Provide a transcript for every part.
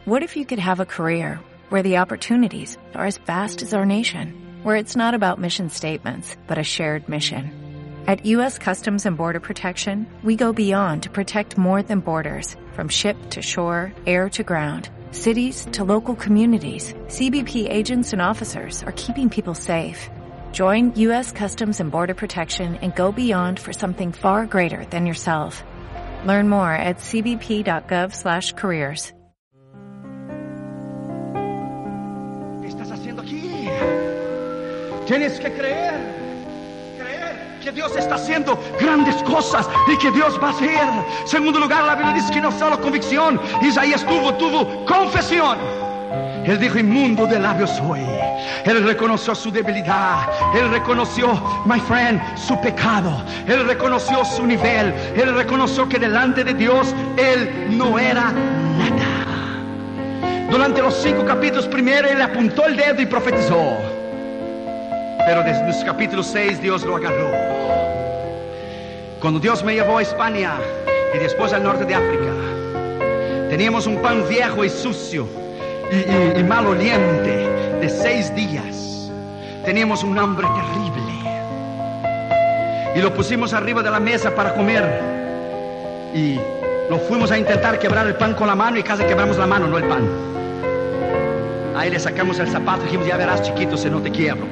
What if you could have a career where the opportunities are as vast as our nation, where it's not about mission statements, but a shared mission? At U.S. Customs and Border Protection, we go beyond to protect more than borders, from ship to shore, air to ground, cities to local communities. CBP agents and officers are keeping people safe. Join U.S. Customs and Border Protection and go beyond for something far greater than yourself. Learn more at cbp.gov/careers. ¿Qué estás haciendo aquí? Tienes que creer que Dios está haciendo grandes cosas y que Dios va a hacer. Segundo lugar, la Biblia dice que no solo convicción, Isaías tuvo confesión. Él dijo, inmundo de labios soy. Él reconoció su debilidad. Él reconoció, my friend, su pecado. Él reconoció su nivel. Él reconoció que delante de Dios él no era nada. Durante los 5 capítulos primero él apuntó el dedo y profetizó. Pero desde el capítulo 6 Dios lo agarró. Cuando Dios me llevó a España y después al norte de África, teníamos un pan viejo y sucio y maloliente de 6 días. Teníamos un hambre terrible y lo pusimos arriba de la mesa para comer y lo fuimos a intentar quebrar el pan con la mano y casi quebramos la mano, no el pan. Ahí le sacamos el zapato y dijimos, ya verás chiquito si no te quiebro.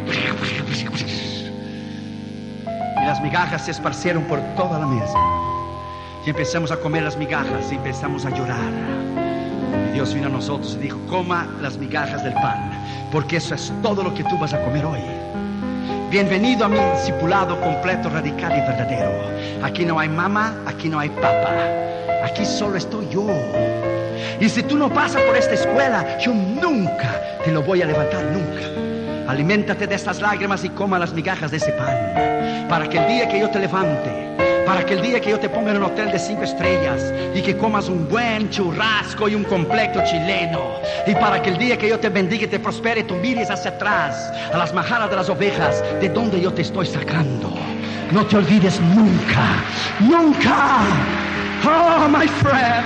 Y las migajas se esparcieron por toda la mesa y empezamos a comer las migajas y empezamos a llorar. Y Dios vino a nosotros y dijo, coma las migajas del pan, porque eso es todo lo que tú vas a comer hoy. Bienvenido a mi discipulado completo, radical y verdadero. Aquí no hay mamá, aquí no hay papá. Aquí solo estoy yo. Y si tú no pasas por esta escuela, yo nunca te lo voy a levantar, nunca. Aliméntate de estas lágrimas y coma las migajas de ese pan, para que el día que yo te levante, para que el día que yo te ponga en un hotel de 5 estrellas y que comas un buen churrasco y un completo chileno, y para que el día que yo te bendiga y te prospere, tú mires hacia atrás a las majadas de las ovejas, de donde yo te estoy sacando. No te olvides nunca, nunca. Oh, my friend.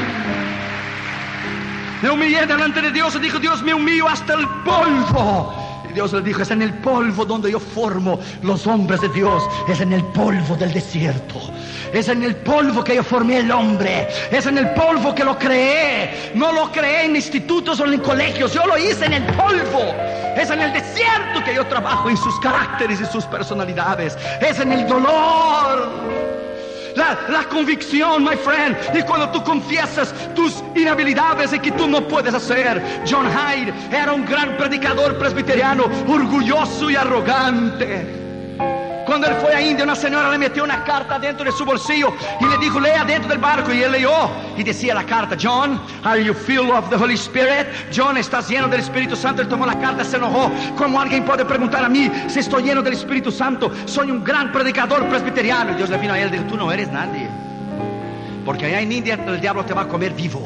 Me humillé delante de Dios y dijo, Dios, me humillo hasta el polvo. Y Dios le dijo, es en el polvo donde yo formo los hombres de Dios. Es en el polvo del desierto. Es en el polvo que yo formé el hombre. Es en el polvo que lo creé. No lo creé en institutos o en colegios. Yo lo hice en el polvo. Es en el desierto que yo trabajo en sus caracteres y sus personalidades. Es en el dolor. La convicción, my friend. Y cuando tú confiesas tus inhabilidades y que tú no puedes hacer. John Hyde era un gran predicador presbiteriano, orgulloso y arrogante. Cuando él fue a India, una señora le metió una carta dentro de su bolsillo y le dijo, lea dentro del barco. Y él leyó y decía la carta, John, are you full of the Holy Spirit? John, ¿estás lleno del Espíritu Santo? Él tomó la carta, se enojó. ¿Cómo alguien puede preguntar a mí si estoy lleno del Espíritu Santo? Soy un gran predicador presbiteriano. Y Dios le vino a él y dijo, tú no eres nadie, porque allá en India el diablo te va a comer vivo.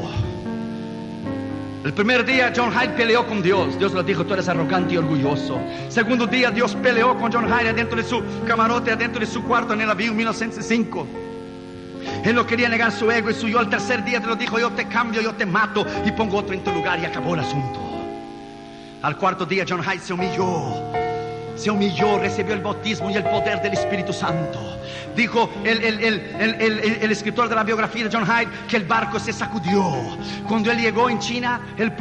El primer día John Hyde peleó con Dios. Dios le dijo, tú eres arrogante y orgulloso. Segundo día Dios peleó con John Hyde adentro de su camarote, adentro de su cuarto en el avión 1905. Él no quería negar su ego y su yo. El tercer día te lo dijo, yo te cambio, yo te mato y pongo otro en tu lugar, y acabó el asunto. Al cuarto día John Hyde se humilló, recibió el bautismo y el poder del Espíritu Santo. Dijo el escritor de la biografía de John Hyde que el barco se sacudió. Cuando él llegó en China,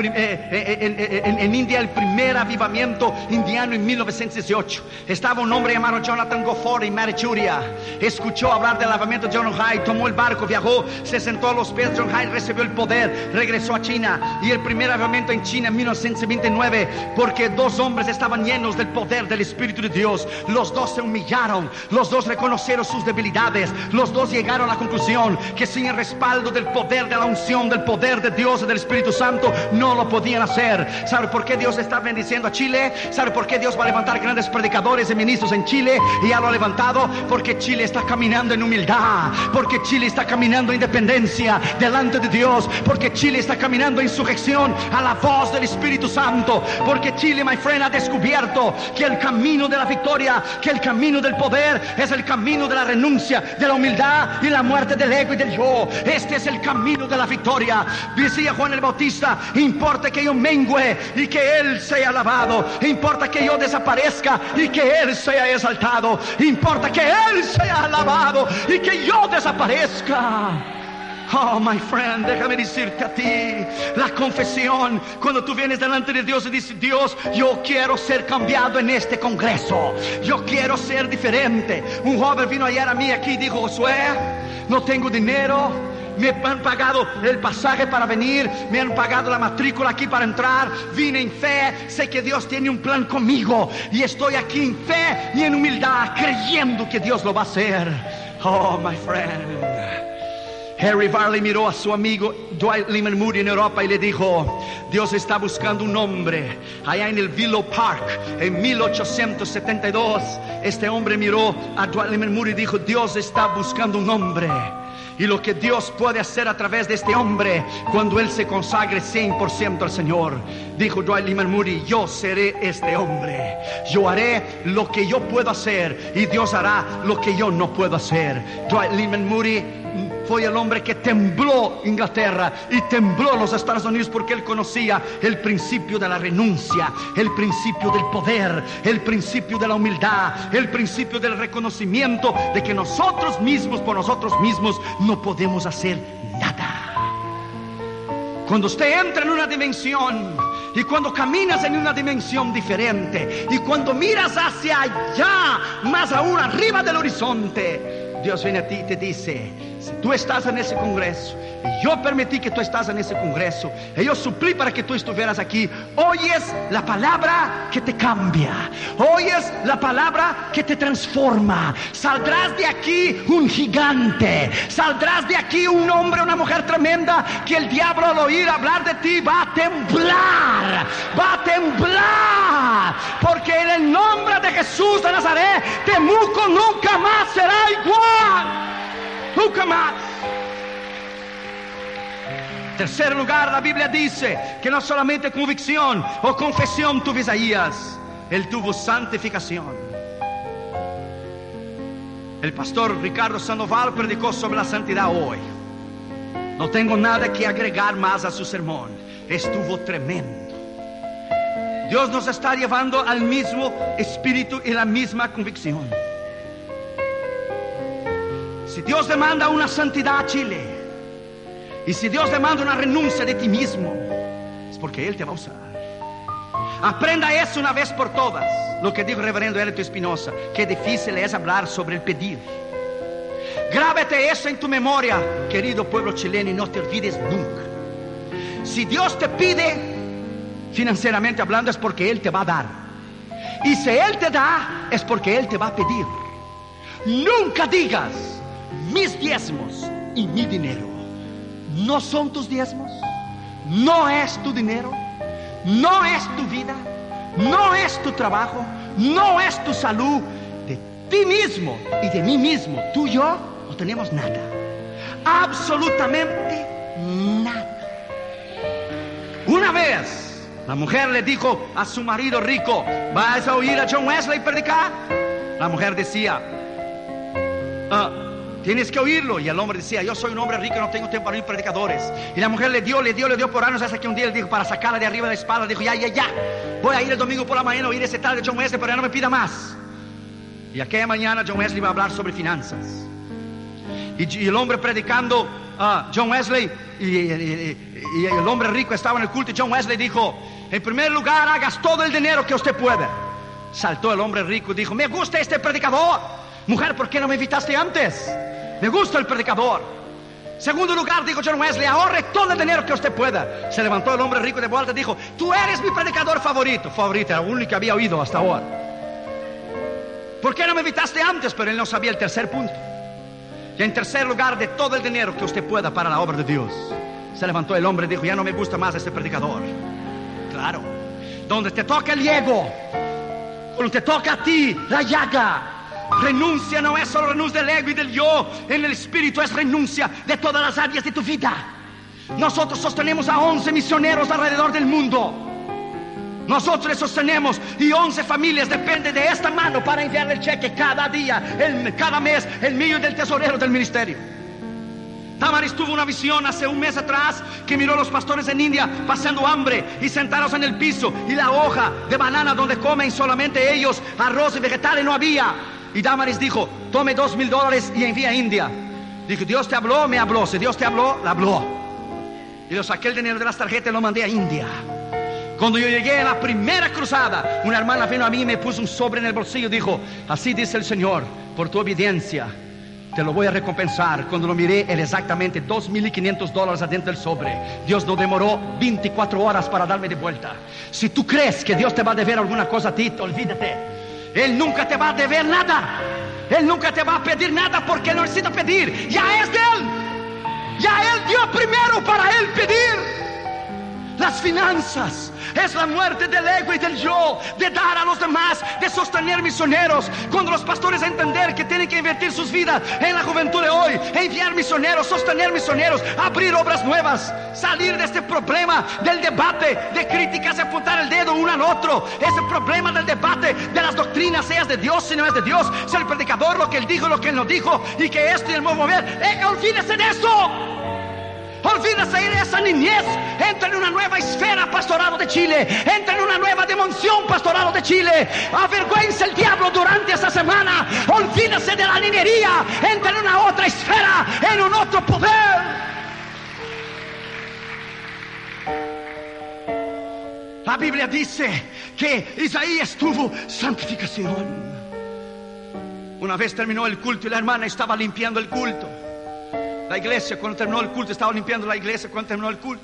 en India, el primer avivamiento indiano en 1918, estaba un hombre llamado Jonathan Gofford en Manchuria. Escuchó hablar del avivamiento de John Hyde, tomó el barco, viajó, se sentó a los pies de John Hyde, recibió el poder, regresó a China. Y el primer avivamiento en China en 1929, porque 2 hombres estaban llenos del poder del Espíritu de Dios. Los 2 se humillaron, los 2 reconocieron sus debilidades, los 2 llegaron a la conclusión que sin el respaldo del poder de la unción, del poder de Dios y del Espíritu Santo, no lo podían hacer. ¿Sabe por qué Dios está bendiciendo a Chile? ¿Sabe por qué Dios va a levantar grandes predicadores y ministros en Chile? Y ya lo ha levantado porque Chile está caminando en humildad, porque Chile está caminando en independencia delante de Dios, porque Chile está caminando en sujeción a la voz del Espíritu Santo, porque Chile, my friend, ha descubierto que el camino camino de la victoria, que el camino del poder es el camino de la renuncia, de la humildad y la muerte del ego y del yo. Este es el camino de la victoria. Decía Juan el Bautista: importa que yo mengüe y que Él sea alabado, importa que yo desaparezca y que Él sea exaltado, importa que Él sea alabado y que yo desaparezca. Oh, my friend, déjame decirte a ti, la confesión, cuando tú vienes delante de Dios y dices: Dios, yo quiero ser cambiado en este congreso, yo quiero ser diferente. Un joven vino ayer a mí aquí y dijo: Josué, no tengo dinero, me han pagado el pasaje para venir, me han pagado la matrícula aquí para entrar, vine en fe, sé que Dios tiene un plan conmigo y estoy aquí en fe y en humildad, creyendo que Dios lo va a hacer. Oh, my friend. Harry Varley miró a su amigo Dwight Lyman Moody en Europa y le dijo: Dios está buscando un hombre. Allá en el Willow Park en 1872, este hombre miró a Dwight Lyman Moody y dijo: Dios está buscando un hombre. Y lo que Dios puede hacer a través de este hombre cuando Él se consagre 100% al Señor. Dijo Dwight Lyman Moody: yo seré este hombre. Yo haré lo que yo puedo hacer y Dios hará lo que yo no puedo hacer. Dwight Lyman Moody fue el hombre que tembló Inglaterra y tembló los Estados Unidos, porque él conocía el principio de la renuncia, el principio del poder, el principio de la humildad, el principio del reconocimiento de que nosotros mismos, por nosotros mismos, no podemos hacer nada. Cuando usted entra en una dimensión y cuando caminas en una dimensión diferente y cuando miras hacia allá, más aún arriba del horizonte, Dios viene a ti y te dice: si tú estás en ese congreso y yo permití que tú estás en ese congreso y yo suplí para que tú estuvieras aquí, oyes la palabra que te cambia, oyes la palabra que te transforma. Saldrás de aquí un gigante, saldrás de aquí un hombre, una mujer tremenda, que el diablo al oír hablar de ti va a temblar, porque en el nombre de Jesús de Nazaret, Temuco nunca más será igual. Nunca más. Tercer lugar, la Biblia dice que no solamente convicción o confesión tuvo Isaías, él tuvo santificación. El pastor Ricardo Sandoval predicó sobre la santidad hoy. No tengo nada que agregar más a su sermón. Estuvo tremendo. Dios nos está llevando al mismo espíritu y la misma convicción. Si Dios demanda una santidad a Chile, y si Dios demanda una renuncia de ti mismo, es porque Él te va a usar. Aprenda eso una vez por todas, lo que dijo el reverendo Hélito Espinosa: qué difícil es hablar sobre el pedir. Grábate eso en tu memoria, querido pueblo chileno, y no te olvides nunca. Si Dios te pide, financieramente hablando, es porque Él te va a dar. Y si Él te da, es porque Él te va a pedir. Nunca digas: mis diezmos y mi dinero. No son tus diezmos, no es tu dinero, no es tu vida, no es tu trabajo, no es tu salud. De ti mismo y de mí mismo, tú y yo, no tenemos nada, absolutamente nada. Una vez la mujer le dijo a su marido rico: ¿vas a oír a John Wesley predicar? La mujer decía: tienes que oírlo. Y el hombre decía: yo soy un hombre rico, no tengo tiempo para oír predicadores. Y la mujer le dio por años, hasta que un día le dijo, para sacarla de arriba de la espalda, dijo: ya, voy a ir el domingo por la mañana a oír ese tal de John Wesley, pero ya no me pida más. Y aquella mañana John Wesley iba a hablar sobre finanzas. Y el hombre predicando, John Wesley, y el hombre rico estaba en el culto, y John Wesley dijo: en primer lugar, hagas todo el dinero que usted pueda. Saltó el hombre rico y dijo: me gusta este predicador. Mujer, ¿por qué no me invitaste antes? Me gusta el predicador. Segundo lugar, dijo John Wesley: ahorre todo el dinero que usted pueda. Se levantó el hombre rico de vuelta y dijo: tú eres mi predicador favorito. Favorito, era el único que había oído hasta ahora. ¿Por qué no me invitaste antes? Pero él no sabía el tercer punto. Y en tercer lugar, de todo el dinero que usted pueda para la obra de Dios. Se levantó el hombre y dijo: ya no me gusta más este predicador. Claro, donde te toca el ego, cuando te toca a ti la llaga, renuncia no es solo renuncia del ego y del yo en el espíritu, es renuncia de todas las áreas de tu vida. Nosotros sostenemos a 11 misioneros alrededor del mundo. Nosotros le sostenemos y 11 familias dependen de esta mano para enviarle el cheque cada día, cada mes, el mío y del tesorero del ministerio. Damaris tuvo una visión hace un mes atrás que miró a los pastores en India pasando hambre y sentados en el piso, y la hoja de banana donde comen solamente ellos, arroz y vegetales no había. Y Damaris dijo: tome $2,000 y envía a India. Dijo: Dios te habló, me habló. Si Dios te habló, la habló. Y yo saqué el dinero de las tarjetas y lo mandé a India. Cuando yo llegué a la primera cruzada, una hermana vino a mí y me puso un sobre en el bolsillo y dijo: así dice el Señor, por tu obediencia te lo voy a recompensar. Cuando lo miré, era exactamente $2,500 adentro del sobre. Dios no demoró 24 horas para darme de vuelta. Si tú crees que Dios te va a deber alguna cosa a ti, olvídate. Él nunca te va a deber nada. Él nunca te va a pedir nada porque no necesita pedir. Ya es de Él. Ya Él dio primero para Él pedir. Las finanzas es la muerte del ego y del yo, de dar a los demás, de sostener misioneros. Cuando los pastores entender que tienen que invertir sus vidas en la juventud de hoy, enviar misioneros, sostener misioneros, abrir obras nuevas, salir de este problema del debate, de críticas, de apuntar el dedo uno al otro, ese problema del debate de las doctrinas, sea de Dios, si no es de Dios, sea el predicador, lo que él dijo, lo que él no dijo, y que esto y el mover, olvídese de eso. Olvídese de esa niñez. Entra en una nueva esfera, pastorado de Chile. Entra en una nueva dimensión, pastorado de Chile. Avergüenza el diablo durante esta semana. Olvídese de la niñería. Entra en una otra esfera, en un otro poder. La Biblia dice que Isaías tuvo santificación. Una vez terminó el culto y la hermana estaba limpiando el culto. La iglesia, cuando terminó el culto, estaba limpiando la iglesia cuando terminó el culto.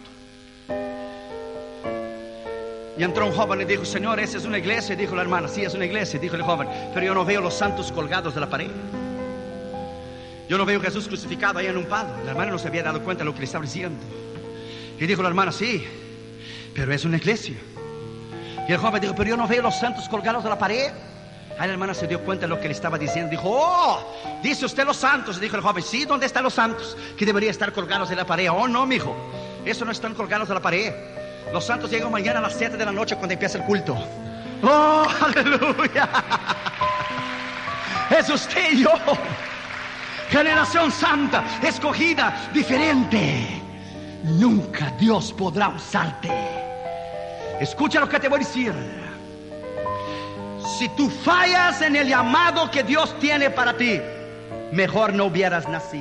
Y entró un joven y dijo: Señor, ¿esa es una iglesia? Y dijo la hermana: sí, es una iglesia. Y dijo el joven: pero yo no veo los santos colgados de la pared. Yo no veo a Jesús crucificado ahí en un palo. La hermana no se había dado cuenta de lo que le estaba diciendo. Y dijo la hermana: sí, pero es una iglesia. Y el joven dijo: pero yo no veo los santos colgados de la pared. Ahí la hermana se dio cuenta de lo que le estaba diciendo. Dijo: oh, dice usted los santos. Y dijo el joven: sí, ¿dónde están los santos? Que deberían estar colgados de la pared. Oh, no, mijo, eso no están colgados de la pared. Los santos llegan mañana a las 7 de la noche cuando empieza el culto. Oh, aleluya. Es usted y yo, generación santa, escogida, diferente. Nunca Dios podrá usarte. Escucha lo que te voy a decir. Si tú fallas en el llamado que Dios tiene para ti, mejor no hubieras nacido.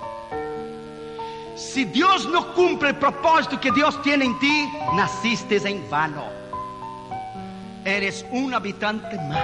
Si Dios no cumple el propósito que Dios tiene en ti, naciste en vano. Eres un habitante más.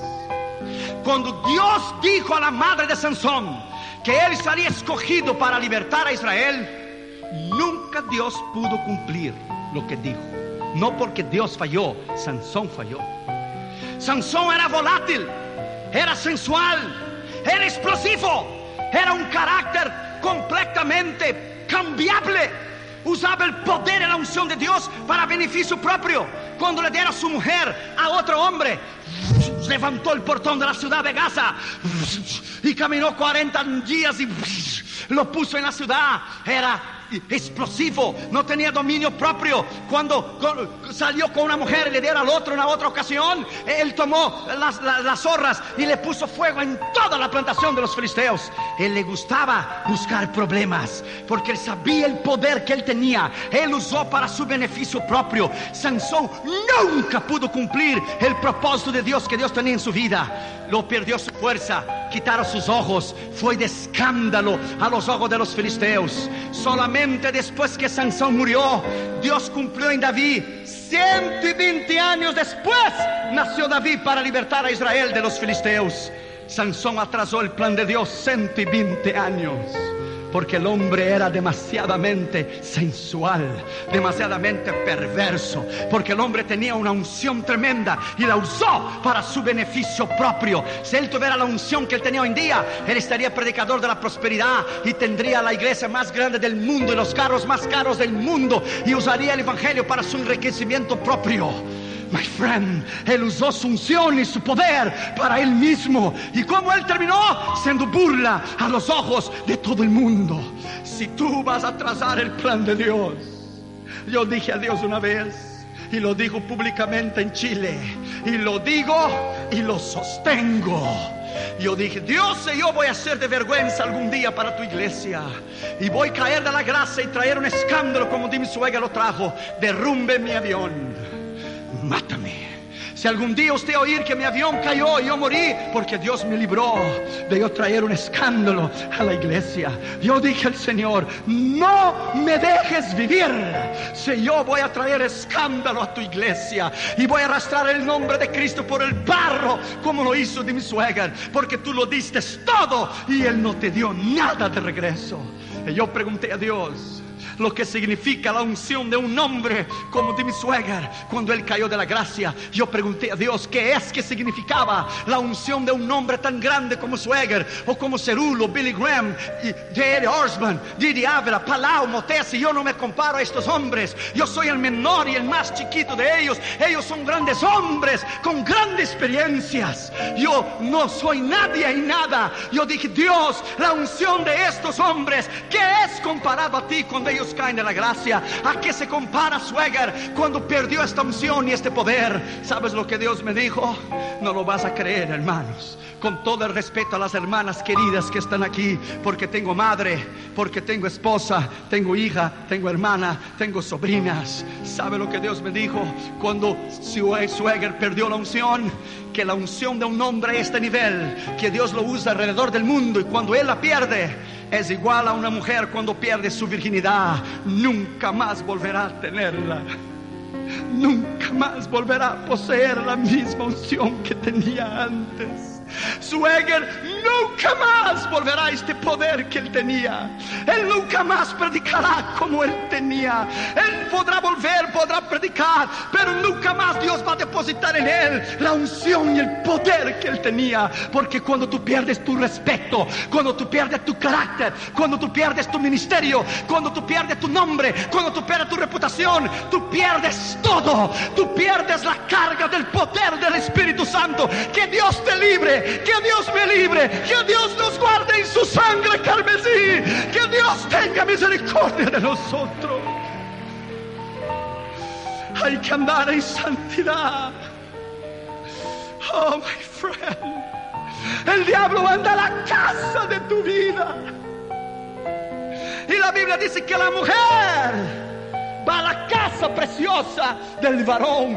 Cuando Dios dijo a la madre de Sansón que él sería escogido para libertar a Israel, nunca Dios pudo cumplir lo que dijo. No porque Dios falló, Sansón falló. Sansón era volátil, era sensual, era explosivo, era un carácter completamente cambiable. Usaba el poder y la unción de Dios para beneficio propio. Cuando le diera a su mujer a otro hombre, levantó el portón de la ciudad de Gaza y caminó 40 días y lo puso en la ciudad. Era explosivo, no tenía dominio propio. Cuando salió con una mujer y le diera al otro en una otra ocasión, él tomó las zorras y le puso fuego en toda la plantación de los filisteos. Él le gustaba buscar problemas porque él sabía el poder que él tenía. Él usó para su beneficio propio. Sansón nunca pudo cumplir el propósito de Dios que Dios tenía en su vida. Lo perdió su fuerza, quitaron sus ojos, fue de escándalo a los ojos de los filisteos. Solamente después que Sansón murió, Dios cumplió en David. 120 años después nació David para libertar a Israel de los filisteos. Sansón atrasó el plan de Dios 120 años porque el hombre era demasiadamente sensual, demasiadamente perverso, porque el hombre tenía una unción tremenda y la usó para su beneficio propio. Si él tuviera la unción que él tenía hoy en día, él estaría predicador de la prosperidad y tendría la iglesia más grande del mundo y los carros más caros del mundo, y usaría el evangelio para su enriquecimiento propio. My friend, él usó su unción y su poder para él mismo. ¿Y cómo él terminó? Siendo burla a los ojos de todo el mundo. Si tú vas a trazar el plan de Dios, yo dije a Dios una vez, y lo digo públicamente en Chile, y lo digo y lo sostengo. Yo dije: Dios, yo voy a ser de vergüenza algún día para tu iglesia, y voy a caer de la gracia y traer un escándalo como Dim Swaggart lo trajo. Derrumbe mi avión, mátame. Si algún día usted oír que mi avión cayó y yo morí, porque Dios me libró de yo traer un escándalo a la iglesia. Yo dije al Señor: no me dejes vivir si yo voy a traer escándalo a tu iglesia y voy a arrastrar el nombre de Cristo por el barro como lo hizo Dim Swaggart, porque tú lo diste todo y Él no te dio nada de regreso. Y yo pregunté a Dios lo que significa la unción de un hombre como Dim Swaggart cuando él cayó de la gracia. Yo pregunté a Dios qué es que significaba la unción de un hombre tan grande como Swaggart, o como Cerulo, Billy Graham, J.R. Osborne, Didi Ávila, Palau, Motesi. Yo no me comparo a estos hombres, yo soy el menor y el más chiquito de ellos. Ellos son grandes hombres con grandes experiencias. Yo no soy nadie y nada. Yo dije: Dios, la unción de estos hombres, ¿qué es comparado a ti cuando ellos caen de la gracia? ¿A qué se compara Swaggart cuando perdió esta unción y este poder? ¿Sabes lo que Dios me dijo? No lo vas a creer, hermanos. Con todo el respeto a las hermanas queridas que están aquí, porque tengo madre, porque tengo esposa, tengo hija, tengo hermana, tengo sobrinas. ¿Sabe lo que Dios me dijo cuando Swaggart perdió la unción? Que la unción de un hombre a este nivel, que Dios lo usa alrededor del mundo, y cuando Él la pierde, es igual a una mujer cuando pierde su virginidad. Nunca más volverá a tenerla. Nunca más volverá a poseer la misma unción que tenía antes. Swaggart nunca más volverá a este poder que él tenía. Él nunca más predicará como él tenía. Él podrá volver, podrá predicar, pero nunca más Dios va a depositar en él la unción y el poder que él tenía. Porque cuando tú pierdes tu respeto, cuando tú pierdes tu carácter, cuando tú pierdes tu ministerio, cuando tú pierdes tu nombre, cuando tú pierdes tu reputación, tú pierdes todo. Tú pierdes la carga del poder del Espíritu Santo. Que Dios te libre, que Dios me libre, que Dios nos guarde en su sangre carmesí, que Dios tenga misericordia de nosotros. Hay que andar en santidad. Oh, my friend, el diablo anda a la casa de tu vida, y la Biblia dice que la mujer va a la casa preciosa del varón,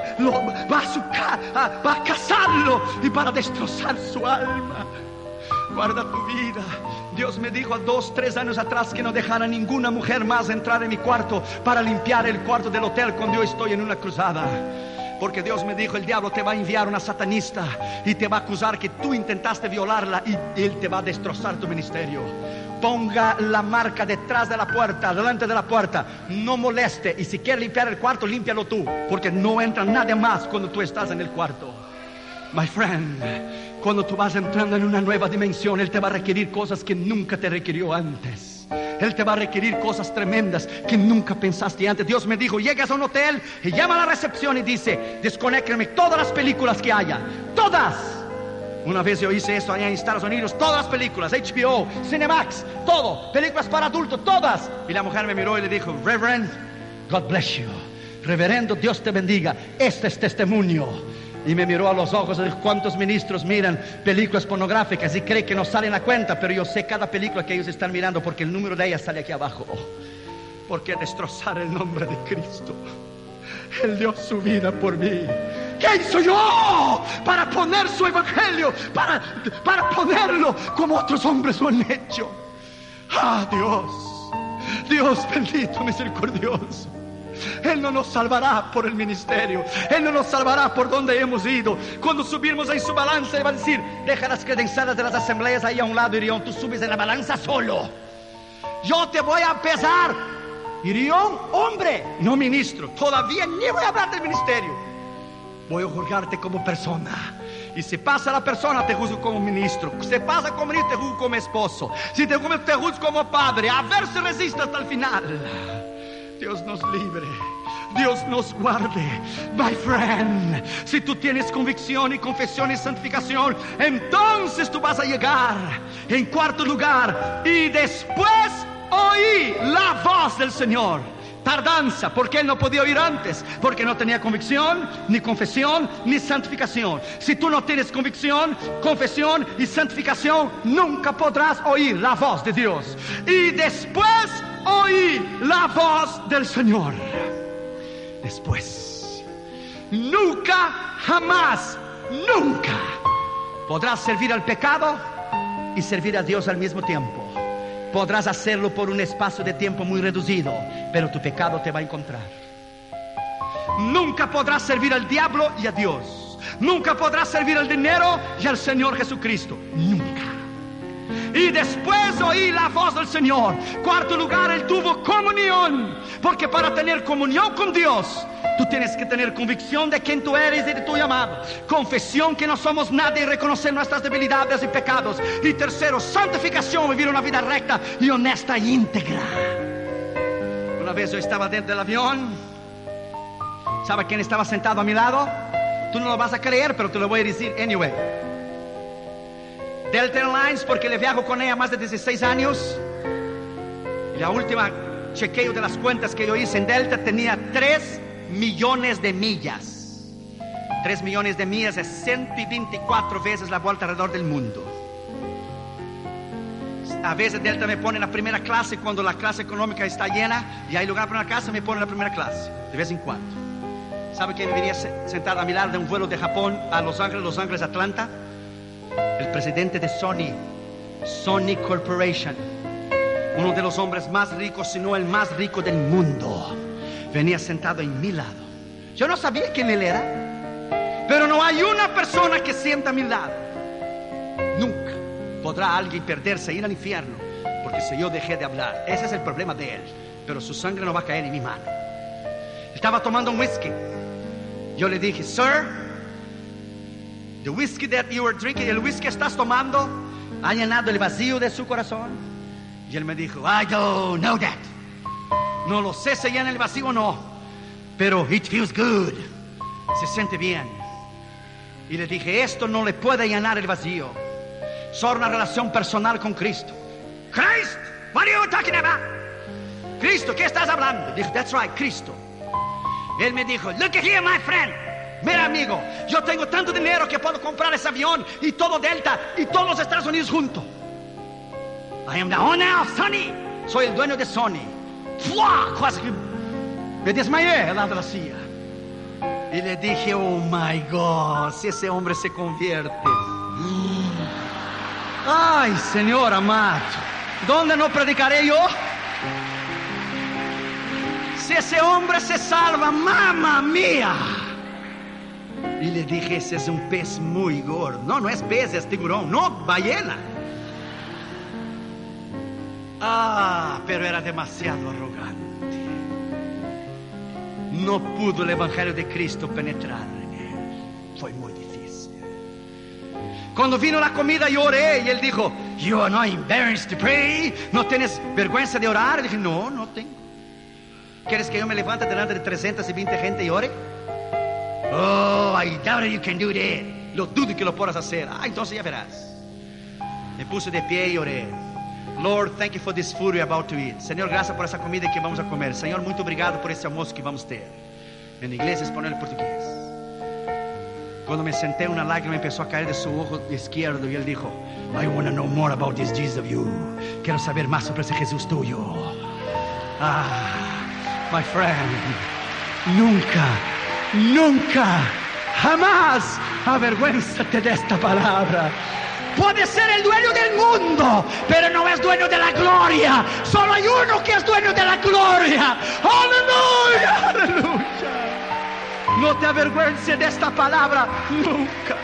va a casarlo y para destrozar su alma. Guarda tu vida. Dios me dijo 2, 3 años atrás que no dejara ninguna mujer más entrar en mi cuarto para limpiar el cuarto del hotel cuando yo estoy en una cruzada. Porque Dios me dijo: el diablo te va a enviar una satanista y te va a acusar que tú intentaste violarla, y él te va a destrozar tu ministerio. Ponga la marca detrás de la puerta, delante de la puerta. No moleste, y si quieres limpiar el cuarto, límpialo tú, porque no entra nadie más cuando tú estás en el cuarto. My friend, cuando tú vas entrando en una nueva dimensión, Él te va a requerir cosas que nunca te requirió antes. Él te va a requerir cosas tremendas que nunca pensaste antes. Dios me dijo: llegas a un hotel y llama a la recepción y dice: desconéctame todas las películas que haya, todas. Una vez yo hice eso allá en Estados Unidos, todas las películas, HBO, Cinemax, todo, películas para adultos, todas. Y la mujer me miró y le dijo: Reverend, God bless you. Reverendo, Dios te bendiga. Este es testimonio. Y me miró a los ojos y dijo: ¿cuántos ministros miran películas pornográficas y creen que no salen a cuenta? Pero yo sé cada película que ellos están mirando, porque el número de ellas sale aquí abajo. ¿Por qué destrozar el nombre de Cristo? Él dio su vida por mí. ¿Qué hizo yo para poner su evangelio, para ponerlo como otros hombres lo han hecho? Ah, Dios bendito, misericordioso. Él no nos salvará por el ministerio. Él no nos salvará por donde hemos ido. Cuando subimos en su balanza, Él va a decir: deja las credenciales de las asambleas ahí a un lado, Irión. Tú subes en la balanza solo. Yo te voy a pesar, Irión, hombre, no ministro. Todavía ni voy a hablar del ministerio. Voy a juzgarte como persona. Y si pasa la persona, te juzgo como ministro. Si pasa como ministro, te juzgo como esposo. Si te juzgo como padre. A ver si resiste hasta el final. Dios nos libre, Dios nos guarde. My friend, si tú tienes convicción y confesión y santificación, entonces tú vas a llegar en cuarto lugar. Y después oí la voz del Señor Tardanza, porque él no podía oír antes, porque no tenía convicción, ni confesión, ni santificación. Si tú no tienes convicción, confesión y santificación, nunca podrás oír la voz de Dios. Y después oí la voz del Señor. Después, nunca, jamás, nunca podrás servir al pecado y servir a Dios al mismo tiempo. Podrás hacerlo por un espacio de tiempo muy reducido, pero tu pecado te va a encontrar. Nunca podrás servir al diablo y a Dios. Nunca podrás servir al dinero y al Señor Jesucristo. Nunca. Y después oí la voz del Señor. Cuarto lugar, él tuvo comunión. Porque para tener comunión con Dios, tú tienes que tener convicción de quién tú eres y de tu llamado. Confesión que no somos nadie y reconocer nuestras debilidades y pecados. Y tercero, santificación, vivir una vida recta y honesta e íntegra. Una vez yo estaba dentro del avión. ¿Sabe quién estaba sentado a mi lado? Tú no lo vas a creer, pero te lo voy a decir anyway. Delta Airlines, porque le viajo con ella más de 16 años. Y la última chequeo de las cuentas que yo hice en Delta tenía 3 millones de millas. 3 millones de millas es 124 veces la vuelta alrededor del mundo. A veces Delta me pone en la primera clase cuando la clase económica está llena y hay lugar para una clase, me pone en la primera clase, de vez en cuando. ¿Sabe quién venía sentado a mi lado de un vuelo de Japón a Los Ángeles, Atlanta? El presidente de Sony Corporation, uno de los hombres más ricos, si no el más rico del mundo, venía sentado en mi lado. Yo no sabía quién él era, pero no hay una persona que sienta a mi lado. Nunca podrá alguien perderse e ir al infierno, porque si yo dejé de hablar, ese es el problema de él, pero su sangre no va a caer en mi mano. Estaba tomando un whisky. Yo le dije, sir, the whiskey that you were drinking, el whisky que estás tomando, ha llenado el vacío de su corazón. Y él me dijo, I don't know that. No lo sé si llena el vacío o no, pero it feels good. Se siente bien. Y le dije, esto no le puede llenar el vacío. Solo una relación personal con Cristo. Christ, what are you talking about? Cristo, ¿qué estás hablando? Dije, that's right, Cristo. Él me dijo, look here, my friend. Mira, amigo, yo tengo tanto dinero que puedo comprar ese avión y todo Delta y todos los Estados Unidos juntos. I am the owner of Sony. Soy el dueño de Sony. ¡Fua! Casi que me desmayé al lado de la silla. Y le dije, oh my God, si ese hombre se convierte. Ay, Señor amado, ¿dónde no predicaré yo? Si ese hombre se salva, mamma mía. Y le dije, ese es un pez muy gordo. No, no es pez, es tiburón. No, ballena. Ah, pero era demasiado arrogante. No pudo el evangelio de Cristo penetrar en él. Fue muy difícil. Cuando vino la comida yo oré y él dijo, you are not embarrassed to pray. ¿No tienes vergüenza de orar? Y dije, no, no tengo. ¿Quieres que yo me levante delante de 320 gente y ore? Oh, I doubt you can do that. Lo dudo que lo puedas hacer. Ah, entonces ya verás. Me puse de pie y oré. Lord, thank you for this food we're about to eat. Señor, gracias por esa comida que vamos a comer. Señor, muito obrigado por esse almoço que vamos ter. En inglés, español y portugués. Cuando me senté, una lágrima empezó a caer de su ojo izquierdo y él dijo, I want to know more about this Jesus of you. Quiero saber más sobre ese Jesús tuyo. Ah, my friend, nunca, jamás avergüénzate de esta palabra. Puede ser el dueño del mundo, pero no es dueño de la gloria. Solo hay uno que es dueño de la gloria. Aleluya, aleluya. No te avergüences de esta palabra nunca.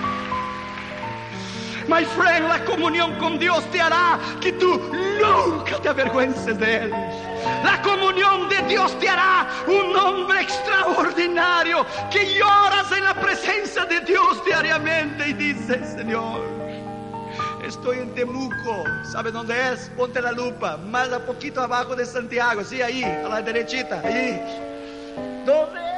My friend, la comunión con Dios te hará que tú nunca te avergüences de Él. La comunión de Dios te hará un hombre extraordinario que lloras en la presencia de Dios diariamente y dices, Señor, estoy en Temuco. ¿Sabes dónde es? Ponte la lupa. Más a poquito abajo de Santiago. Sí, ahí, a la derechita. Ahí. ¿Dónde es?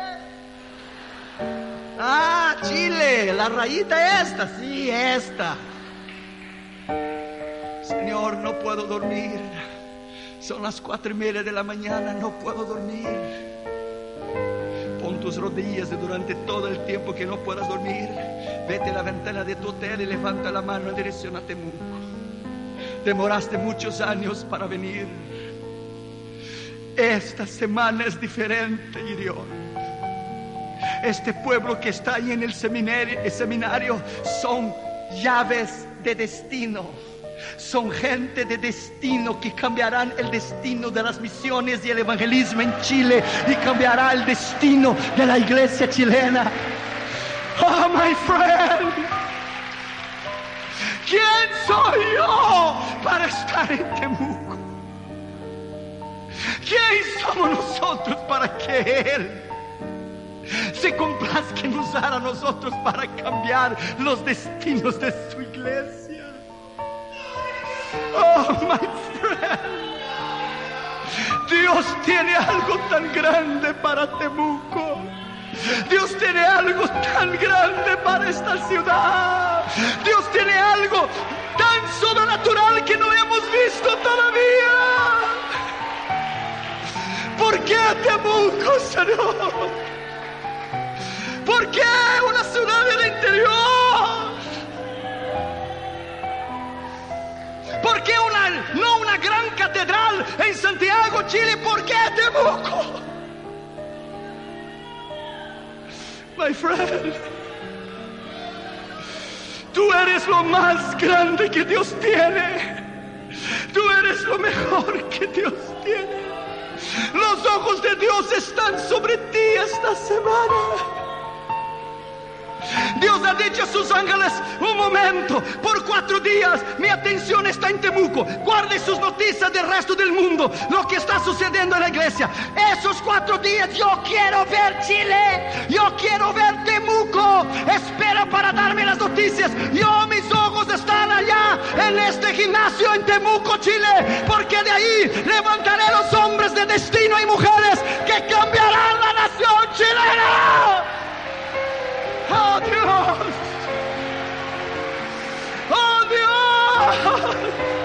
Ah, Chile. La rayita esta. Sí, esta. Señor, no puedo dormir. Son las 4:30 de la mañana, no puedo dormir. Pon tus rodillas y durante todo el tiempo que no puedas dormir, vete a la ventana de tu hotel y levanta la mano en dirección a Temuco. Demoraste muchos años para venir. Esta semana es diferente, Gideón. Este pueblo que está ahí en el seminario son llaves de destino. Son gente de destino que cambiarán el destino de las misiones y el evangelismo en Chile, y cambiará el destino de la iglesia chilena. Oh, my friend, ¿quién soy yo para estar en Temuco? ¿Quién somos nosotros para que Él se complazca en usar a nosotros para cambiar los destinos de su iglesia? Oh, my friend, Dios tiene algo tan grande para Temuco. Dios tiene algo tan grande para esta ciudad. Dios tiene algo tan sobrenatural que no hemos visto todavía. ¿Por qué Temuco, Señor? ¿Por qué una ciudad del interior? ¿Por qué no una gran catedral en Santiago, Chile? ¿Por qué Temuco? My friend, tú eres lo más grande que Dios tiene. Tú eres lo mejor que Dios tiene. Los ojos de Dios están sobre ti esta semana. Dios ha dicho a sus ángeles: un momento, por 4 días mi atención está en Temuco. Guarde sus noticias del resto del mundo, lo que está sucediendo en la iglesia. Esos 4 días yo quiero ver Chile, yo quiero ver Temuco. Espera para darme las noticias. Mis ojos están allá en este gimnasio en Temuco, Chile, porque de ahí levantaré los hombres de destino y mujeres que cambiarán la nación chilena. ¡Oh, Dios! ¡Oh, Dios!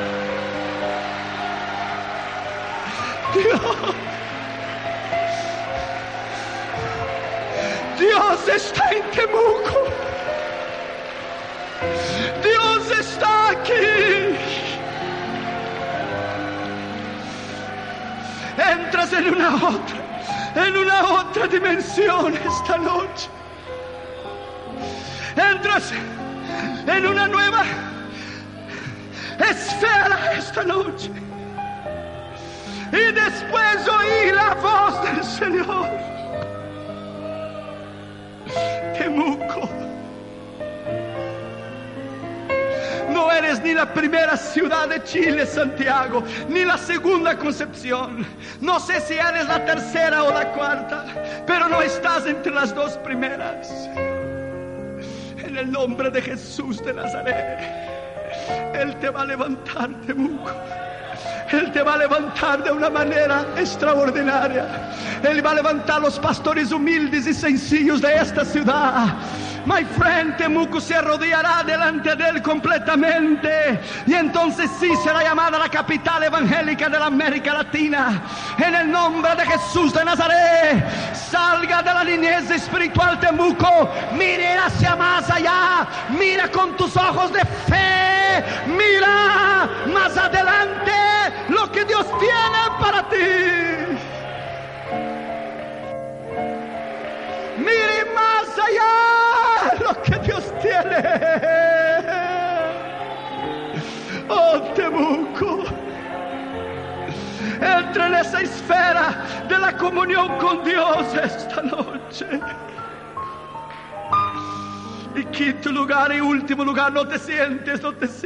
Dios está en Temuco. Dios está aquí. Entras en una otra dimensión esta noche. Entras en una nueva esfera esta noche. Y después oí la voz del Señor. Temuco, no eres ni la primera ciudad de Chile, Santiago, ni la segunda, Concepción. No sé si eres la tercera o la cuarta, pero no estás entre las 2 primeras. En el nombre de Jesús de Nazaret, Él te va a levantar, Temuco. Él te va a levantar de una manera extraordinaria. Él va a levantar los pastores humildes y sencillos de esta ciudad. My friend, Temuco se arrodillará delante de Él completamente. Y entonces sí será llamada la capital evangélica de la América Latina. En el nombre de Jesús de Nazaret, salga de la niñez espiritual, Temuco. Mire hacia más allá. Mira con tus ojos de fe. Mira más adelante lo que Dios tiene para ti. Mire más allá lo que Dios tiene. Oh, Temuco, entra en esa esfera de la comunión con Dios esta noche. Y quinto lugar y último lugar, no te sientes.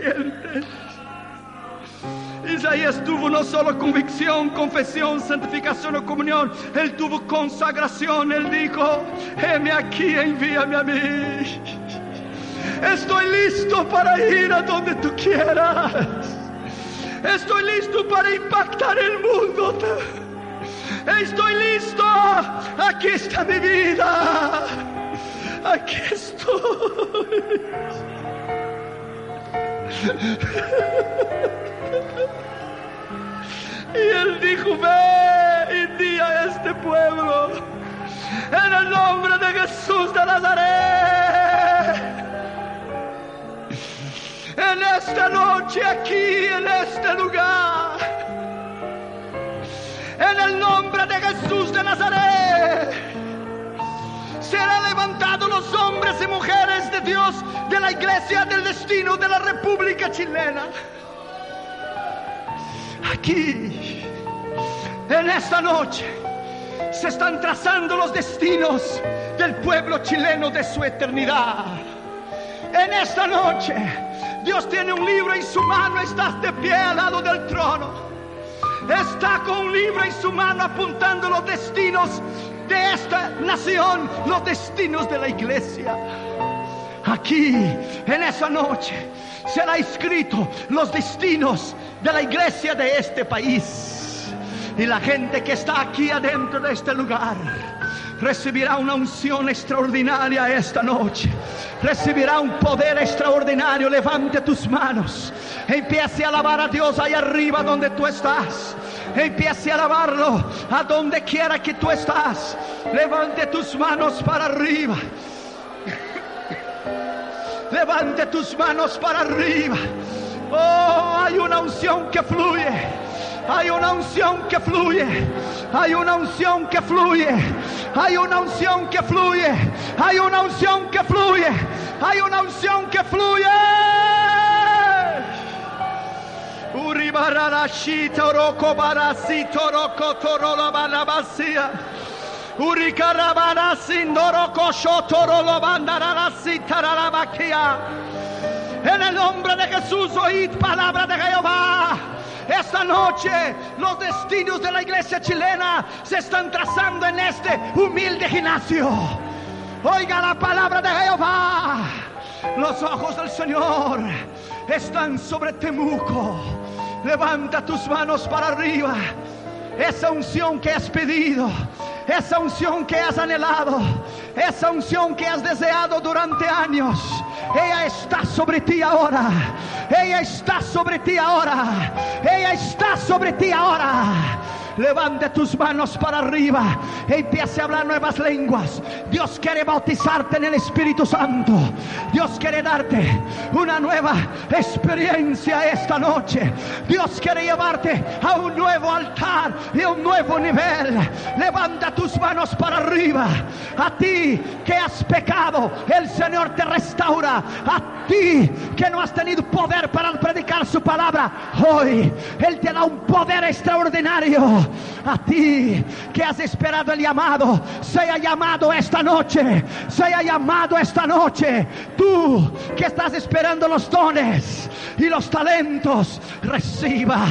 Isaías tuvo no solo convicción, confesión, santificación o comunión, él tuvo consagración. Él dijo: heme aquí, envíame a mí. Estoy listo para ir a donde tú quieras. Estoy listo para impactar el mundo. Estoy listo. Aquí está mi vida. Aquí estoy. Y Él dijo: ve y di a este pueblo, en el nombre de Jesús de Nazaret, en esta noche, aquí, en este lugar, en el nombre de Jesús de Nazaret, serán levantados los hombres y mujeres de Dios, de la iglesia del destino de la República Chilena. Aquí, en esta noche, se están trazando los destinos del pueblo chileno de su eternidad. En esta noche, Dios tiene un libro en su mano. Estás de pie al lado del trono. Está con un libro en su mano apuntando los destinos de esta nación, los destinos de la iglesia. Aquí, en esa noche, será escrito los destinos de la iglesia de este país. Y la gente que está aquí adentro de este lugar recibirá una unción extraordinaria esta noche. Recibirá un poder extraordinario. Levante tus manos. Empiece a alabar a Dios ahí arriba donde tú estás. Empiece a alabarlo a donde quiera que tú estás. Levante tus manos para arriba. Levante tus manos para arriba. Oh, hay una unción que fluye. Hay una unción que fluye. Hay una unción que fluye. Hay una unción que fluye. Hay una unción que fluye. Hay una unción que fluye. Uribararashita oroko barasito oroko torola banabasia. Uricarabarasindoroko shotoro bandararasita rarabakia. En el nombre de Jesús, oíd palabra de Jehová. Esta noche los destinos de la iglesia chilena se están trazando en este humilde gimnasio. Oiga la palabra de Jehová. Los ojos del Señor están sobre Temuco. Levanta tus manos para arriba. Esa unción que has pedido, esa unción que has anhelado, esa unción que has deseado durante años, ella está sobre ti ahora. Ella está sobre ti ahora. Ella está sobre ti ahora. Levante tus manos para arriba e empiece a hablar nuevas lenguas. Dios quiere bautizarte en el Espíritu Santo. Dios quiere darte una nueva experiencia esta noche. Dios quiere llevarte a un nuevo altar y a un nuevo nivel. Levanta tus manos para arriba. A ti que has pecado, el Señor te restaura. A ti que no has tenido poder para predicar su palabra, hoy Él te da un poder extraordinario. A ti que has esperado el llamado, sea llamado esta noche. Sea llamado esta noche. Tú que estás esperando los dones y los talentos, reciba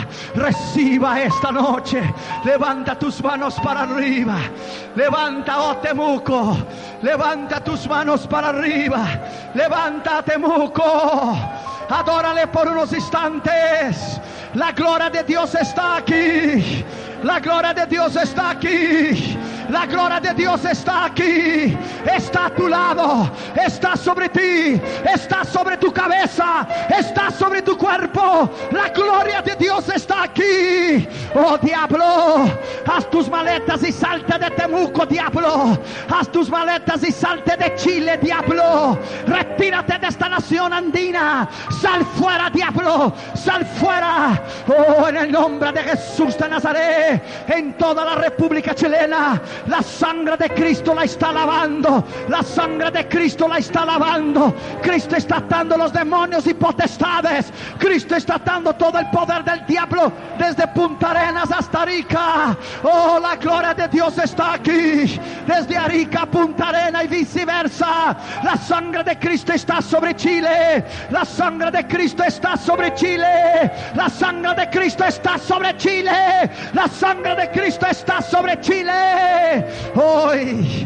esta noche. Levanta tus manos para arriba. Levanta, oh Temuco, levanta tus manos para arriba. Levanta, Temuco, adórale por unos instantes. La gloria de Dios está aquí. La gloria de Dios está aquí. La gloria de Dios está aquí. Está a tu lado. Está sobre ti. Está sobre tu cabeza. Está sobre tu cuerpo. La gloria de Dios está aquí. Oh diablo, haz tus maletas y salte de Temuco, diablo. Haz tus maletas y salte de Chile, diablo. Retírate de esta nación andina. Sal fuera, diablo. Sal fuera. Oh, en el nombre de Jesús de Nazaret. En toda la República Chilena, la sangre de Cristo la está lavando. La sangre de Cristo la está lavando. Cristo está atando los demonios y potestades. Cristo está atando todo el poder del diablo desde Punta Arenas hasta Arica. Oh, la gloria de Dios está aquí. Desde Arica a Punta Arenas y viceversa. La sangre de Cristo está sobre Chile. La sangre de Cristo está sobre Chile. La sangre de Cristo está sobre Chile. La sangre de Cristo está sobre Chile. Hoy,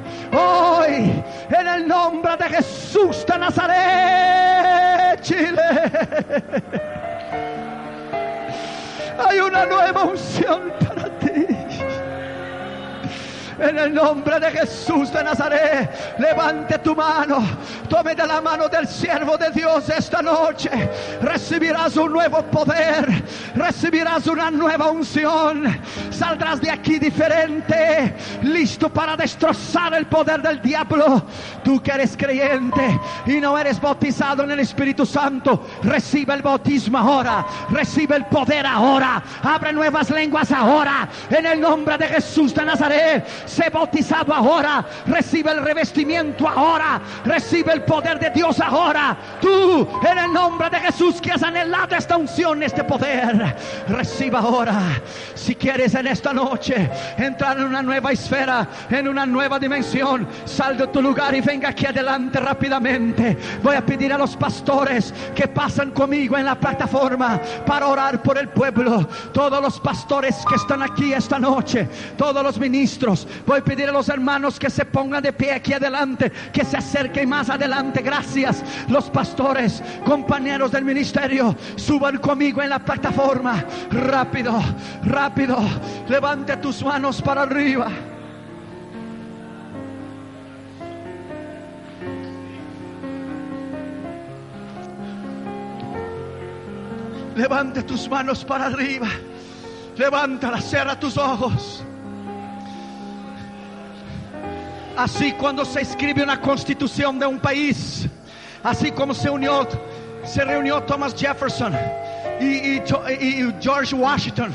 en el nombre de Jesús de Nazaret, Chile. Hay una nueva unción para ti. En el nombre de Jesús de Nazaret, levante tu mano, tome de la mano del siervo de Dios esta noche. Recibirás un nuevo poder, recibirás una nueva unción. Saldrás de aquí diferente, listo para destrozar el poder del diablo. Tú que eres creyente y no eres bautizado en el Espíritu Santo, recibe el bautismo ahora, recibe el poder ahora, abre nuevas lenguas ahora, en el nombre de Jesús de Nazaret. Sé bautizado ahora, recibe el revestimiento ahora, recibe el poder de Dios ahora. Tú, en el nombre de Jesús, que has anhelado esta unción, este poder, reciba ahora. Si quieres en esta noche entrar en una nueva esfera, en una nueva dimensión, sal de tu lugar y venga aquí adelante rápidamente. Voy a pedir a los pastores que pasan conmigo en la plataforma para orar por el pueblo. Todos los pastores que están aquí esta noche, todos los ministros, voy a pedir a los hermanos que se pongan de pie aquí adelante, que se acerquen más adelante. Gracias. Los pastores, compañeros del ministerio, suban conmigo en la plataforma. Rápido, rápido. Levante tus manos para arriba. Levante tus manos para arriba. Levántalas, cierra tus ojos. Así cuando se escribe una constitución de un país, así como se reunió Thomas Jefferson y George Washington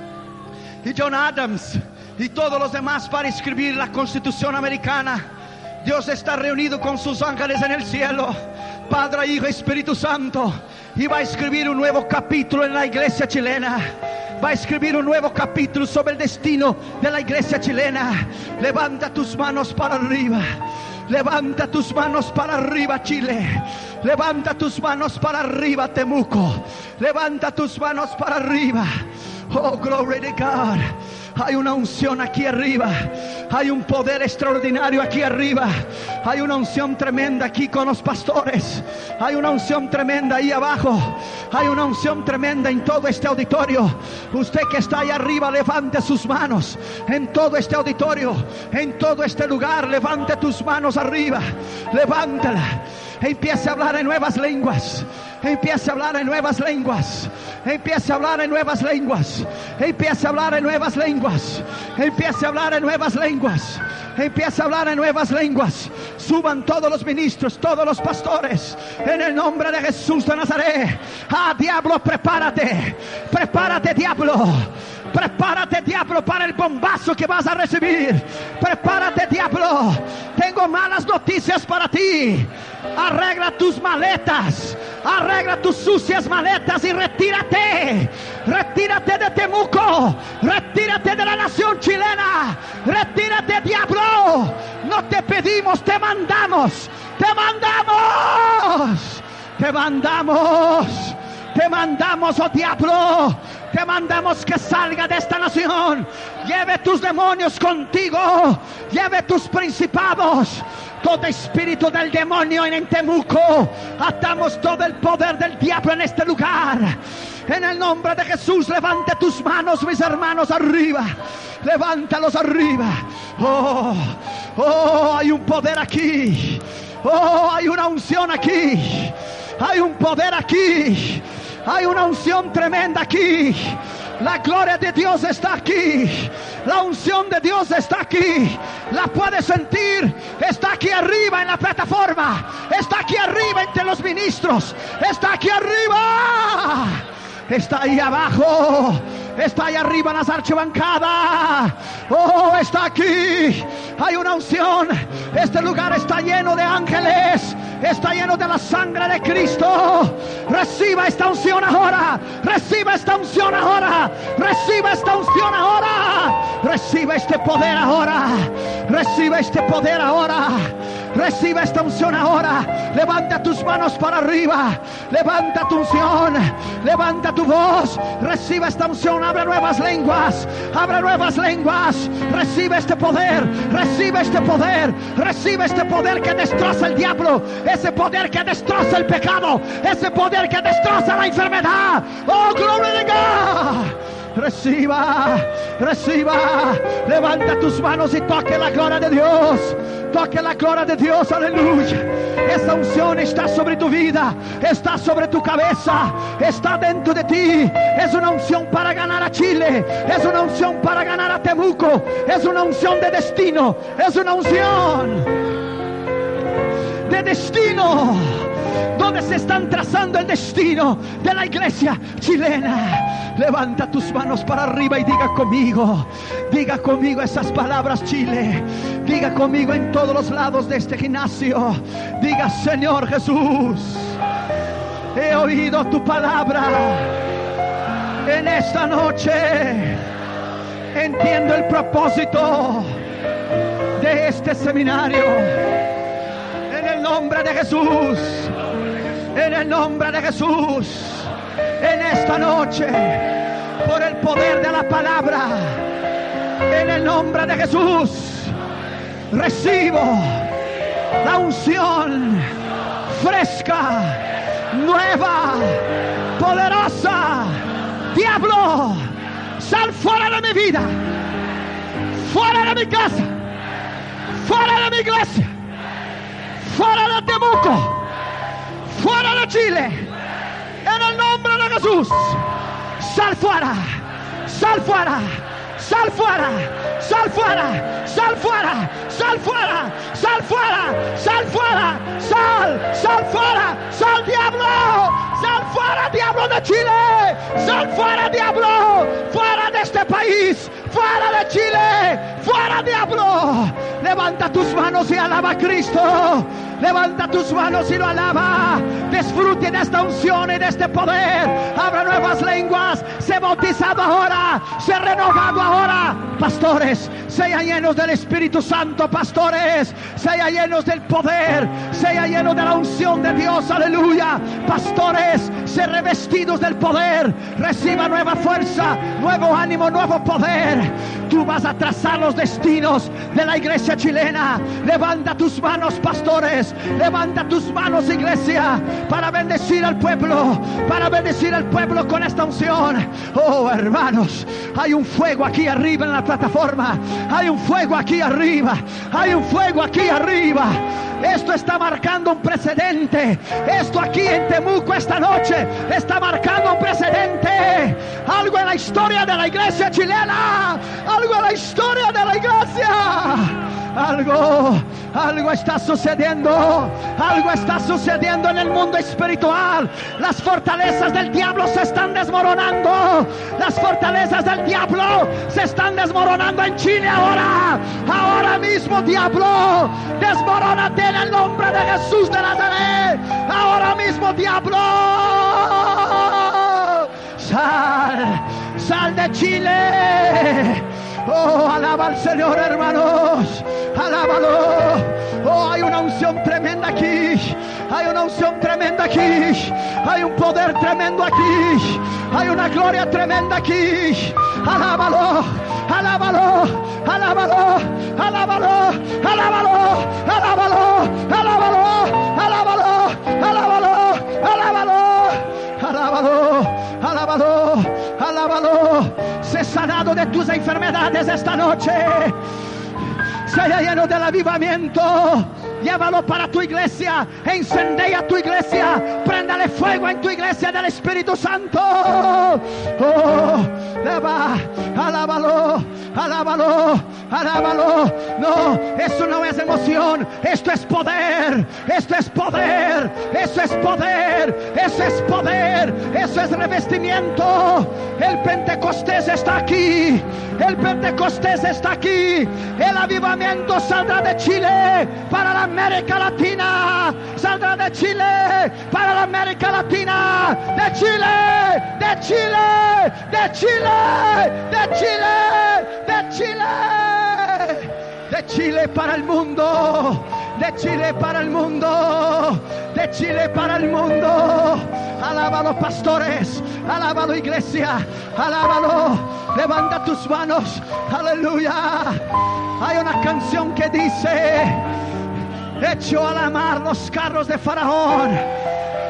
y John Adams y todos los demás para escribir la Constitución americana, Dios está reunido con sus ángeles en el cielo, Padre, Hijo y Espíritu Santo, y va a escribir un nuevo capítulo en la iglesia chilena. Va a escribir un nuevo capítulo sobre el destino de la iglesia chilena. Levanta tus manos para arriba. Levanta tus manos para arriba, Chile. Levanta tus manos para arriba, Temuco. Levanta tus manos para arriba. Oh, glory to God. Hay una unción aquí arriba. Hay un poder extraordinario aquí arriba. Hay una unción tremenda aquí con los pastores. Hay una unción tremenda ahí abajo. Hay una unción tremenda en todo este auditorio. Usted que está ahí arriba, levante sus manos. En todo este auditorio, en todo este lugar, levante tus manos arriba. Levántala. Empiece a hablar en nuevas lenguas. Empiece a hablar en nuevas lenguas. Empiece a hablar en nuevas lenguas. Empiece a hablar en nuevas lenguas. Empiece a hablar en nuevas lenguas. Empiece a hablar en nuevas lenguas. Suban todos los ministros, todos los pastores, en el nombre de Jesús de Nazaret. Ah, diablo, prepárate. Prepárate, diablo. Prepárate, diablo, para el bombazo que vas a recibir. Prepárate, diablo. Tengo malas noticias para ti. Arregla tus maletas. Arregla tus sucias maletas y retírate. Retírate de Temuco. Retírate de la nación chilena. Retírate, diablo. No te pedimos, te mandamos. Te mandamos. Te mandamos. Te mandamos, oh diablo. Te mandamos que salga de esta nación. Lleve tus demonios contigo. Lleve tus principados. Todo espíritu del demonio en Temuco. Atamos todo el poder del diablo en este lugar. En el nombre de Jesús, levante tus manos, mis hermanos, arriba. Levántalos arriba. Oh, oh, hay un poder aquí. Oh, hay una unción aquí. Hay un poder aquí. Hay una unción tremenda aquí. La gloria de Dios está aquí. La unción de Dios está aquí. La puedes sentir. Está aquí arriba en la plataforma. Está aquí arriba entre los ministros. Está aquí arriba. Está ahí abajo. Está ahí arriba en las archibancadas. Oh, está aquí. Hay una unción. Este lugar está lleno de ángeles. Está lleno de la sangre de Cristo. Reciba esta unción ahora. Reciba esta unción ahora. Reciba esta unción ahora. Reciba este poder ahora. Reciba este poder ahora. Reciba esta unción ahora. Levanta tus manos para arriba. Levanta tu unción. Levanta tu voz. Reciba esta unción. Abre nuevas lenguas. Abre nuevas lenguas. Recibe este poder. Recibe este poder. Recibe este poder que destroza el diablo. Ese poder que destroza el pecado. Ese poder que destroza la enfermedad. Oh, gloria a God. Reciba, reciba. Levanta tus manos y toque la gloria de Dios. Toque la gloria de Dios, aleluya. Esta unción está sobre tu vida, está sobre tu cabeza, está dentro de ti. Es una unción para ganar a Chile, es una unción para ganar a Temuco, es una unción de destino, es una unción de destino, donde se están trazando el destino de la iglesia chilena. Levanta tus manos para arriba y diga conmigo esas palabras, Chile. Diga conmigo en todos los lados de este gimnasio. Diga: Señor Jesús, he oído tu palabra en esta noche. Entiendo el propósito de este seminario. En el nombre de Jesús, en el nombre de Jesús, en esta noche, por el poder de la palabra, en el nombre de Jesús, recibo la unción fresca, nueva, poderosa. Diablo, sal fuera de mi vida, fuera de mi casa, fuera de mi iglesia, fuera de Temuco, fuera de Chile, en el nombre de Jesús. Sal fuera, sal fuera, sal fuera, sal fuera, sal fuera, sal fuera, sal fuera, sal fuera, sal fuera, sal diablo, sal fuera diablo de Chile, sal fuera diablo, fuera de este país, fuera de Chile, fuera diablo. Levanta tus manos y alaba a Cristo. Levanta tus manos y lo alaba. Disfrute de esta unción y de este poder. Abra nuevas lenguas. Sé bautizado ahora. Sé renovado ahora. Pastores, sean llenos del Espíritu Santo. Pastores, sean llenos del poder. Sean llenos de la unción de Dios. Aleluya. Pastores, sean revestidos del poder. Reciba nueva fuerza, nuevo ánimo, nuevo poder. Tú vas a trazar los destinos de la iglesia chilena. Levanta tus manos, pastores. Levanta tus manos, iglesia, para bendecir al pueblo, para bendecir al pueblo con esta unción. Oh, hermanos, hay un fuego aquí arriba en la plataforma. Hay un fuego aquí arriba. Hay un fuego aquí arriba. Esto está marcando un precedente. Esto aquí en Temuco esta noche está marcando un precedente. Algo en la historia de la iglesia chilena. Algo en la historia de la iglesia. Algo está sucediendo. Algo está sucediendo en el mundo espiritual. Las fortalezas del diablo se están desmoronando. Las fortalezas del diablo se están desmoronando en Chile ahora. Ahora mismo, diablo, desmorónate en el nombre de Jesús de Nazaret. Ahora mismo, diablo, sal de Chile. Oh, alaba al Señor, hermanos. Alábalo. Oh, hay una unción tremenda aquí. Hay una unción tremenda aquí. Hay un poder tremendo aquí. Hay una gloria tremenda aquí. Alábalo. Alábalo. Alábalo. Alábalo. Alábalo. Alábalo. Alábalo. Alábalo. Alábalo. Alábalo. Alábalo. Alábalo. Alábalo. Sé sanado de tus enfermedades esta noche. Sea lleno del avivamiento. Llévalo para tu iglesia. Encendea tu iglesia. Préndale fuego en tu iglesia del Espíritu Santo. Oh, alábalo, alábalo, alábalo. No, eso no es emoción. Esto es poder. Esto es poder. Eso es poder. Eso es poder. Eso es revestimiento. El Pentecostés está aquí. El Pentecostés está aquí. El avivamiento saldrá de Chile para la América Latina. Saldrá de Chile para la América Latina. De Chile, de Chile, de Chile, de Chile, de Chile. De Chile para el mundo. De Chile para el mundo. De Chile para el mundo. Alábalo, pastores. Alábalo, iglesia. Alábalo. Levanta tus manos. Aleluya. Hay una canción que dice: echó a la mar los carros de Faraón.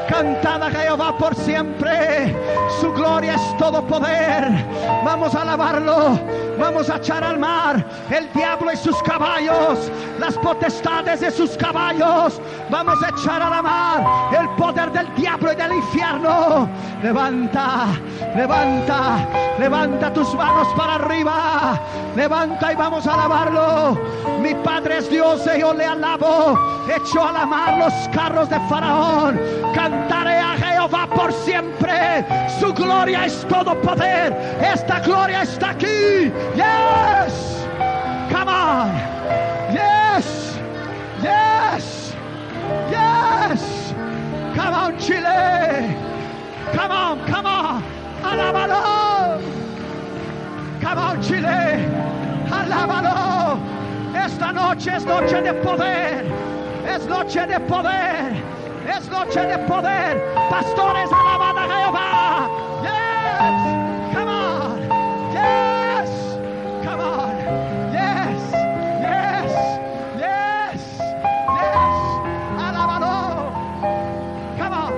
Cantad a Jehová por siempre. Su gloria es todo poder. Vamos a alabarlo. Vamos a echar al mar el diablo y sus caballos, las potestades de sus caballos. Vamos a echar a la mar el poder del diablo y del infierno. Levanta, levanta, levanta tus manos para arriba. Levanta y vamos a alabarlo. Mi Padre es Dios y yo le alabo. Echo a la mar los carros de Faraón. Cantaré a Jehová por siempre. Su gloria es todo poder. Esta gloria está aquí. Yes! Come on! Yes! Yes! Yes! Come on, Chile! Come on, come on! ¡Alábalo! Come on, Chile! ¡Alábalo! Esta noche es noche de poder. Es noche de poder. Es noche de poder. Pastores, alabad a Jehová. Yes! Come on! Yes! Come on! Yes! Yes! Yes! Yes! Alábalo! Come on!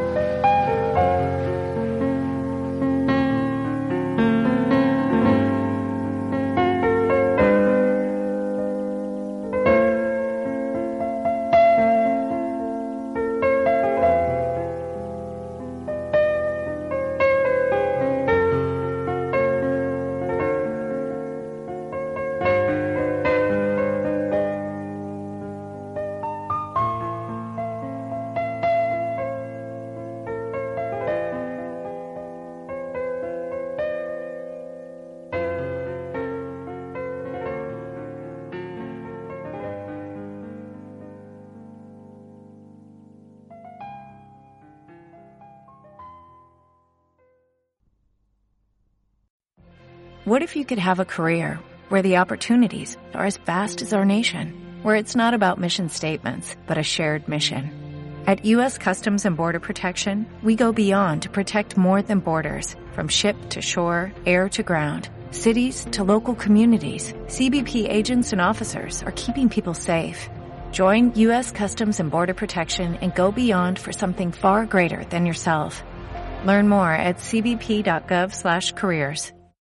What if you could have a career where the opportunities are as vast as our nation, where it's not about mission statements, but a shared mission? At U.S. Customs and Border Protection, we go beyond to protect more than borders. From ship to shore, air to ground, cities to local communities, CBP agents and officers are keeping people safe. Join U.S. Customs and Border Protection and go beyond for something far greater than yourself. Learn more at cbp.gov/careers.